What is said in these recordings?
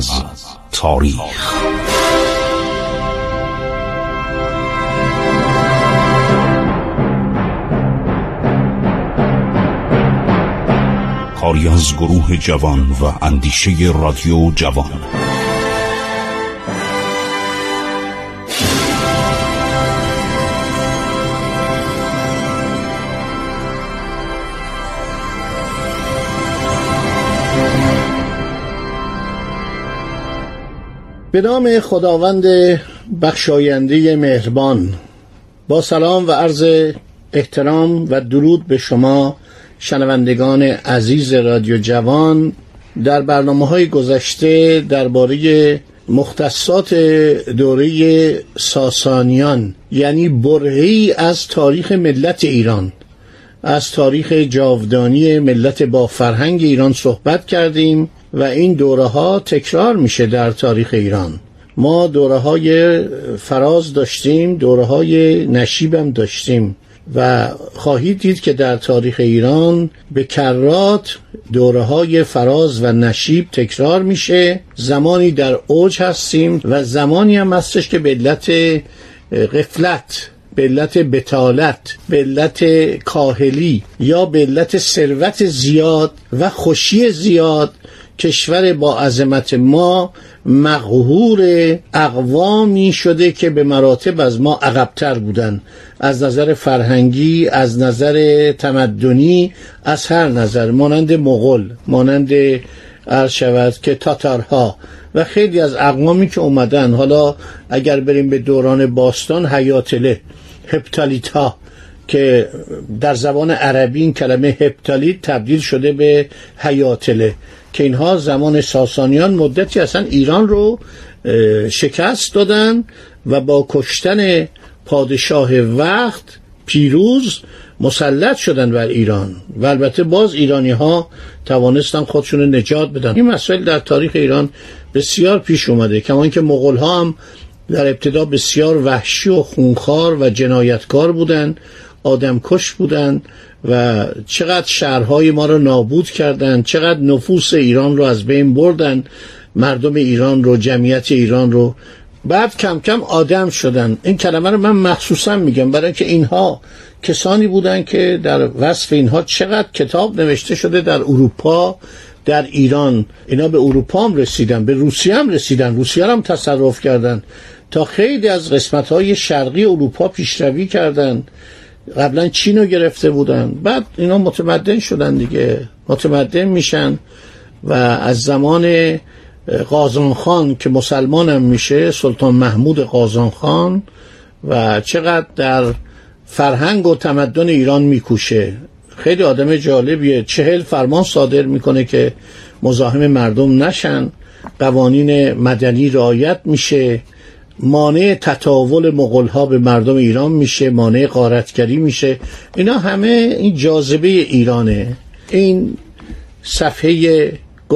از تاریخ. کاری از گروه جوان و اندیشه رادیو جوان. به نام خداوند بخشاینده مهربان، با سلام و عرض احترام و درود به شما شنوندگان عزیز رادیو جوان. در برنامه‌های گذشته درباره مختصات دوره ساسانیان، یعنی برهه‌ای از تاریخ ملت ایران، از تاریخ جاودانی ملت با فرهنگ ایران صحبت کردیم و این دوره‌ها تکرار میشه در تاریخ ایران. ما دوره‌های فراز داشتیم، دوره‌های نشیب هم داشتیم و خواهید دید که در تاریخ ایران به کرات دوره‌های فراز و نشیب تکرار میشه. زمانی در اوج هستیم و زمانی هم هستش که به علت غفلت، به علت بطالت، به علت کاهلی یا به علت ثروت زیاد و خوشی زیاد کشور با عظمت ما مقهور اقوامی شده که به مراتب از ما عقب‌تر بودن، از نظر فرهنگی، از نظر تمدنی، از هر نظر، مانند مغول، مانند عرض شود که تاتارها و خیلی از اقوامی که اومدن. حالا اگر بریم به دوران باستان، هیاتله، هپتالیت ها که در زبان عربی این کلمه هپتالیت تبدیل شده به هیاتله، که اینها زمان ساسانیان مدتی اصلا ایران رو شکست دادن و با کشتن پادشاه وقت پیروز مسلط شدن بر ایران و البته باز ایرانی ها توانستن خودشون رو نجات بدن. این مسائل در تاریخ ایران بسیار پیش اومده، کما اینکه مغول ها هم در ابتدا بسیار وحشی و خونخوار و جنایتکار بودن، آدمکش بودن و چقدر شهرهای ما رو نابود کردن، چقدر نفوس ایران رو از بین بردن، مردم ایران رو، جمعیت ایران رو. بعد کم کم آدم شدن. این کلمه رو من مخصوصا میگم برای که اینها کسانی بودن که در وصف اینها چقدر کتاب نوشته شده در اروپا، در ایران. اینا به اروپا هم رسیدن، به روسیه هم رسیدن، روسیه هم تصرف کردن، تا خیلی از قسمت‌های شرقی اروپا پیشروی کردن. قبلا چین رو گرفته بودن، بعد اینا متمدن شدن دیگه، متمدن میشن و از زمان قازان که مسلمان هم میشه، سلطان محمود قازان و چقدر در فرهنگ و تمدن ایران میکوشه. خیلی آدم جالبیه. 40 فرمان صادر میکنه که مزاحم مردم نشن، قوانین مدنی رعایت میشه، مانع تطاول مغول‌ها به مردم ایران میشه، مانع غارتگری میشه. اینا همه این جاذبه ایرانه. این صفحه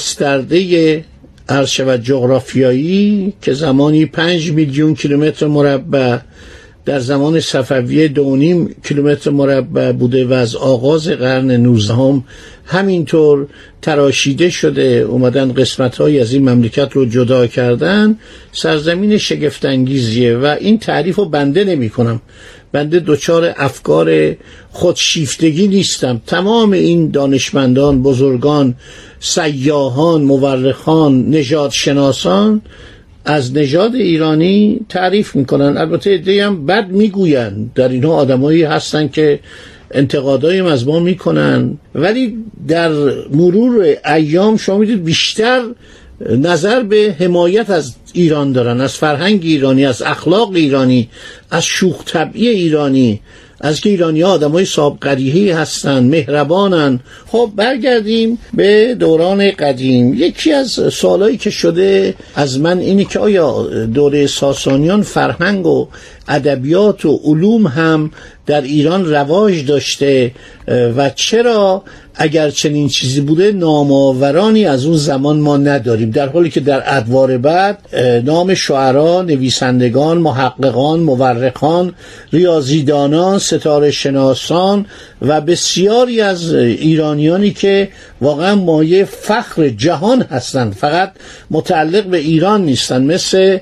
گسترده عرض و جغرافیایی که زمانی 5 میلیون کیلومتر مربع، در زمان صفویه 2.5 کیلومتر مربع بوده و از آغاز قرن 19 همینطور تراشیده شده، اومدن قسمت‌های از این مملکت رو جدا کردن. سرزمین شگفت‌انگیزیه و این تعریف رو بنده نمی کنم. بنده دچار افکار خودشیفتگی نیستم. تمام این دانشمندان، بزرگان، سیاحان، مورخان، نژادشناسان از نژاد ایرانی تعریف میکنن. البته عده‌ای هم بد میگوین، در اینها آدمایی هستن که انتقادایم از ما میکنن، ولی در مرور ایام شما میدید بیشتر نظر به حمایت از ایران دارن، از فرهنگ ایرانی، از اخلاق ایرانی، از شوخ طبعی ایرانی، از که ایرانی ها آدم های صاحب قریحه‌ای هستن، مهربانن. خب برگردیم به دوران قدیم. یکی از سوالایی که شده از من اینه که آیا دوره ساسانیان فرهنگ و ادبیات و علوم هم در ایران رواج داشته و چرا اگر چنین چیزی بوده نامآورانی از اون زمان ما نداریم، در حالی که در ادوار بعد نام شاعران، نویسندگان، محققان، مورخان، ریاضیدانان، ستاره شناسان و بسیاری از ایرانیانی که واقعا مایه فخر جهان هستند، فقط متعلق به ایران نیستند، مثل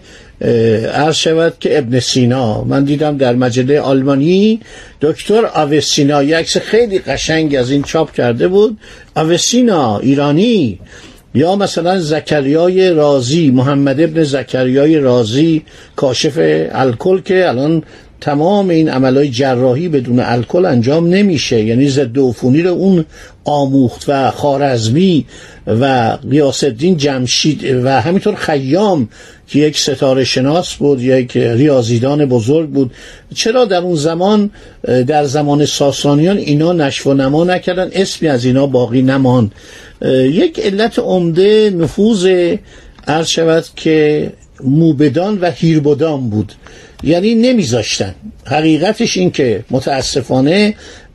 عرض شود که ابن سینا. من دیدم در مجله آلمانی دکتر آوسینا یک عکس خیلی قشنگ از این چاپ کرده بود، آوسینا ایرانی. یا مثلا زکریای رازی، محمد ابن زکریای رازی، کاشف الکل، که الان تمام این عملهای جراحی بدون الکل انجام نمیشه، یعنی ضد عفونی رو اون آموخت، و خوارزمی و غیاث الدین جمشید و همینطور خیام که یک ستاره شناس بود، یک ریاضیدان بزرگ بود. چرا در اون زمان، در زمان ساسانیان اینا نشو و نما نکردن، اسمی از اینا باقی نماند؟ یک علت عمده نفوذ عرض شود که موبدان و هیربدان بود، یعنی نمیذاشتن. حقیقتش این که متاسفانه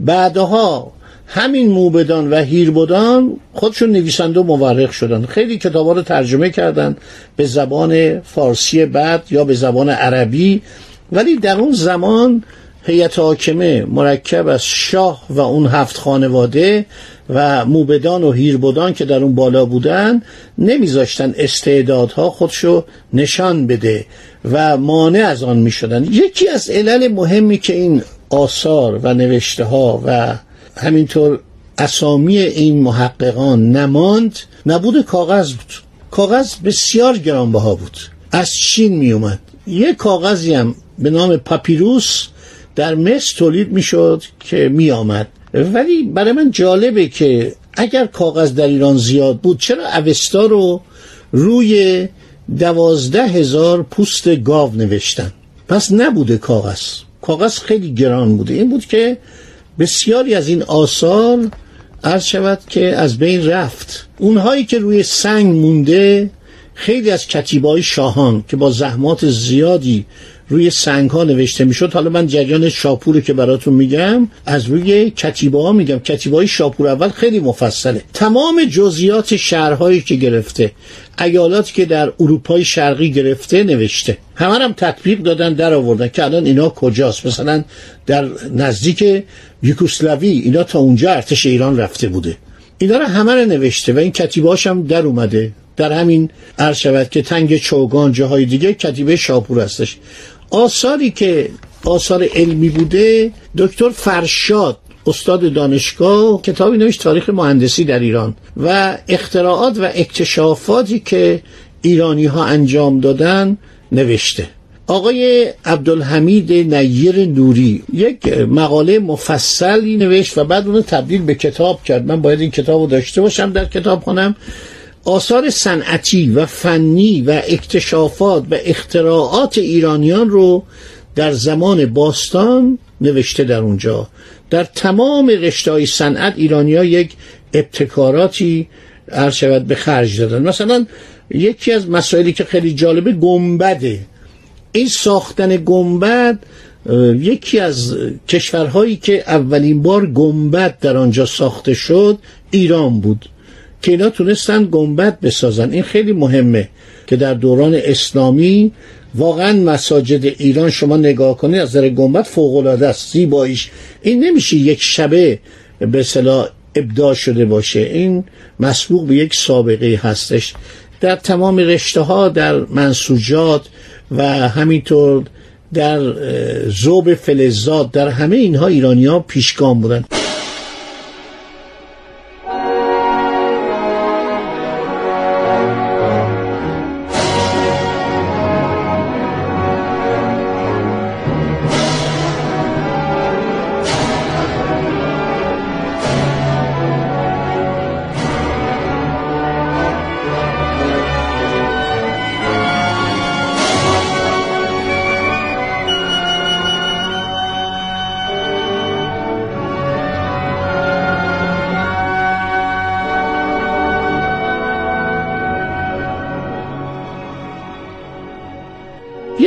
بعدها همین موبدان و هیربدان خودشون نویسنده و مورخ شدن، خیلی کتابا رو ترجمه کردن به زبان فارسی بعد یا به زبان عربی، ولی در اون زمان هیئت حاکمه مرکب از شاه و اون 7 خانواده و موبدان و هیربدان که در اون بالا بودن نمیذاشتن استعدادها خودشو نشان بده و مانع از آن میشدن. یکی از علل مهمی که این آثار و نوشته ها و همینطور اسامی این محققان نماند، نبود کاغذ بود. کاغذ بسیار گرانبها بود، از چین می اومد. یک کاغذی هم به نام پاپیروس در مصر تولید می شد که می آمد. ولی برای من جالبه که اگر کاغذ در ایران زیاد بود، چرا اوستا رو روی 12,000 پوست گاو نوشتن؟ پس نبوده کاغذ. کاغذ خیلی گران بوده. این بود که بسیاری از این آثار عرض شود که از بین رفت. اونهایی که روی سنگ مونده خیلی از کتیبه‌های شاهان که با زحمات زیادی روی سنگ ها نوشته میشد. حالا من جریان شاپور که براتون میگم از روی کتیبه ها میگم. کتیبه های شاپور اول خیلی مفصله، تمام جزئیات شهرهایی که گرفته، ایالاتی که در اروپای شرقی گرفته نوشته، همه هم تطبیق دادن، در آوردن که الان اینا کجاست. مثلا در نزدیک یوگسلاوی اینا تا اونجا ارتش ایران رفته بوده، اینا رو همه رو نوشته و این کتیبه‌هاش هم در اومده. در همین عرض شود که تنگ چوگان، جاهای دیگه کتیبه شاپور هستش. آثاری که آثار علمی بوده، دکتر فرشاد استاد دانشگاه کتابی نوشت تاریخ مهندسی در ایران و اختراعات و اکتشافاتی که ایرانی ها انجام دادن نوشته. آقای عبدالحمید نیر نوری یک مقاله مفصلی نوشت و بعد اونو تبدیل به کتاب کرد. من باید این کتاب رو داشته باشم در کتابخانه‌ام. آثار صنعتی و فنی و اکتشافات و اختراعات ایرانیان رو در زمان باستان نوشته در اونجا. در تمام رشته‌های صنعت ایرانی‌ها یک ابتکاراتی عرض شود به خرج دادن. مثلا یکی از مسائلی که خیلی جالبه گنبده. این ساختن گنبد، یکی از کشورهایی که اولین بار گنبد در آنجا ساخته شد ایران بود که اینا تونستن گنبد بسازن. این خیلی مهمه که در دوران اسلامی واقعا مساجد ایران شما نگاه کنید از نظر گنبد فوق‌العاده است، زیباییش. این نمیشه یک شبه به اصطلاح ابداع شده باشه، این مسبوق به یک سابقه هستش. در تمام رشته‌ها، در منسوجات و همینطور در ذوب فلزات، در همه اینها ایرانی‌ها پیشگام بودن.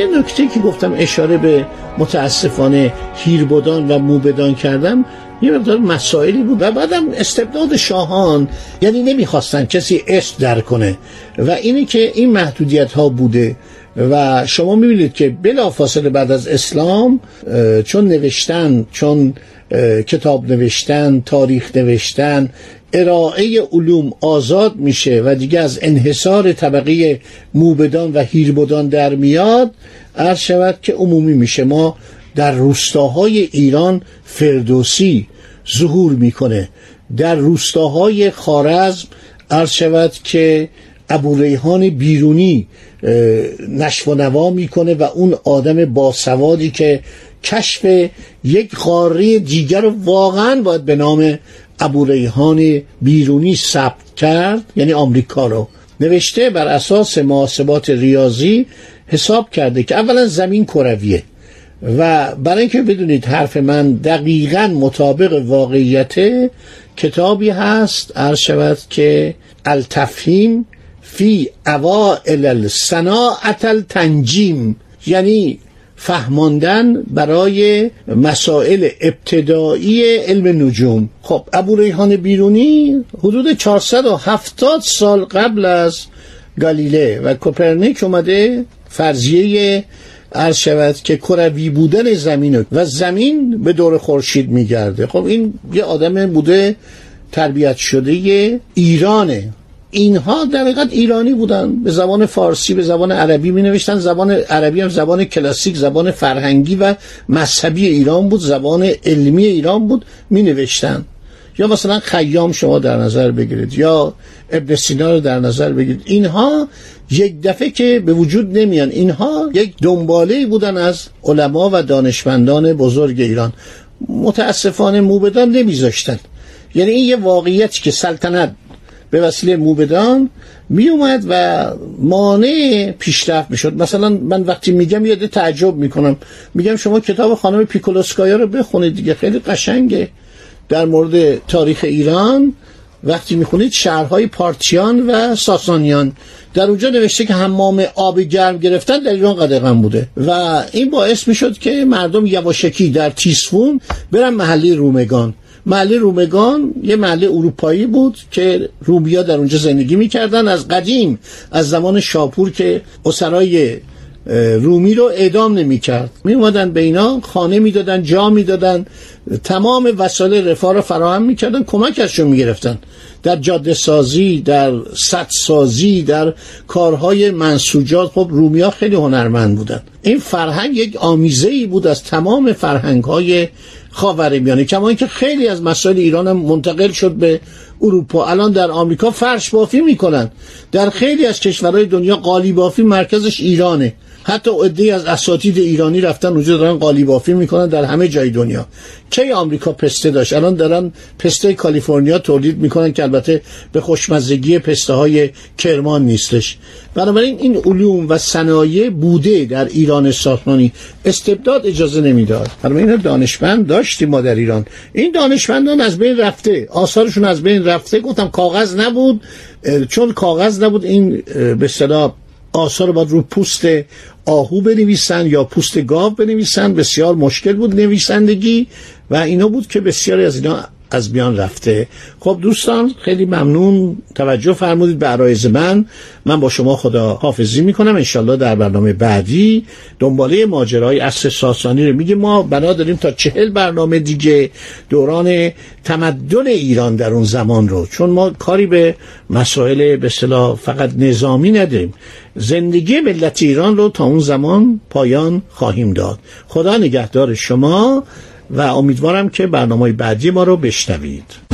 نکته که گفتم اشاره به متاسفانه هیربدان و موبدان کردم، یه مقدار مسائلی بود و بعدم استبداد شاهان، یعنی نمیخواستن کسی اسم در کنه و اینی که این محدودیت ها بوده و شما میبینید که بلافاصله بعد از اسلام چون نوشتن، چون کتاب نوشتن، تاریخ نوشتن، ارائه علوم آزاد میشه و دیگه از انحصار طبقه موبدان و هیربدان در میاد، عرض شود که عمومی میشه. ما در روستاهای ایران فردوسی ظهور میکنه، در روستاهای خوارزم عرض شود که ابوریحان بیرونی نشو و نوا میکنه و اون آدم باسوادی که کشف یک قاره دیگر رو واقعا باید به نام ابوریحان بیرونی ثبت کرد، یعنی آمریکا رو نوشته، بر اساس محاسبات ریاضی حساب کرده که اولا زمین کرویه و برای اینکه بدونید حرف من دقیقاً مطابق واقعیت، کتابی هست عرض شود که التفهیم فی اوائل الصناعة التنجیم، یعنی فهماندن برای مسائل ابتدایی علم نجوم. خب ابوریحان بیرونی حدود 470 سال قبل از گالیله و کوپرنیک اومده فرضیه عرض شود که کروی بودن زمین و زمین به دور خورشید میگرده. خب این یه آدم بوده تربیت شده ایرانه. اینها در حقیقت ایرانی بودن، به زبان فارسی، به زبان عربی می نوشتن. زبان عربی هم زبان کلاسیک، زبان فرهنگی و مذهبی ایران بود، زبان علمی ایران بود، می نوشتن. یا مثلا خیام شما در نظر بگیرید یا ابن سینا رو در نظر بگیرید، اینها یک دفعه که به وجود نمیان، اینها یک دنباله‌ای بودن از علما و دانشمندان بزرگ ایران. متاسفانه موبدان نمیذاشتن. یعنی این یه واقعیتی که سلطنت به وسیله موبدان می اومد و مانع پیشرفت میشد. مثلا من وقتی میگم یه ده تعجب میکنم، میگم شما کتاب خانم پیکولوسکایا رو بخونید دیگه، خیلی قشنگه در مورد تاریخ ایران. وقتی میخونید شهرهای پارتیان و ساسانیان، در اونجا نوشته که حمام آب گرم گرفتن در ایران قدغن بوده و این باعث میشد که مردم یواشکی در تیسفون برن محله رومگان. محله رومگان یه محله اروپایی بود که رومیا در اونجا زندگی میکردن از قدیم، از زمان شاپور که اسرای رومی رو اعدام نمیکرد، می اومدن به اینا خانه میدادن، جا میدادن، تمام وسایل رفاه رو فراهم میکردن، کمک ازشون میگرفتن در جاده سازی، در سد سازی، در کارهای منسوجات. خب رومیا خیلی هنرمند بودن. این فرهنگ یک آمیزه‌ای بود از تمام فرهنگ‌های خاورمیانه، کما اینکه خیلی از مسائل ایران هم منتقل شد به اروپا. الان در آمریکا فرش بافی میکنن، در خیلی از کشورهای دنیا قالی بافی مرکزش ایرانه. حتی عده‌ای از اساتید ایرانی رفتن اونجا دارن قالی بافی میکنن در همه جای دنیا. کی آمریکا پسته داشت؟ الان دارن پسته کالیفرنیا تولید میکنن که البته به خوشمزگی پسته های کرمان نیستش. بنابراین این علوم و صنایع بوده در ایران ساختمانی، استبداد اجازه نمیداد. بنابراین این دانشمند داشتیم ما در ایران. این دانشمندان از بین رفته، آثارشون از بین رفته. گفتم کاغذ نبود، چون کاغذ نبود این به اصطلاح آثار باید رو پوست آهو بنویسن یا پوست گاو بنویسن، بسیار مشکل بود نویسندگی و اینا بود که بسیاری از اینا از بیان رفته. خب دوستان خیلی ممنون توجه فرمودید به عرایض من با شما خدا حافظی میکنم. انشالله در برنامه بعدی دنباله ماجرای عصر ساسانی رو میگیم. ما بنا داریم تا 40 برنامه دیگه دوران تمدن ایران در اون زمان رو، چون ما کاری به مسائل به اصطلاح فقط نظامی نداریم، زندگی ملت ایران رو تا اون زمان پایان خواهیم داد. خدا نگهدار شما و امیدوارم که برنامه بعدی ما رو بشنوید.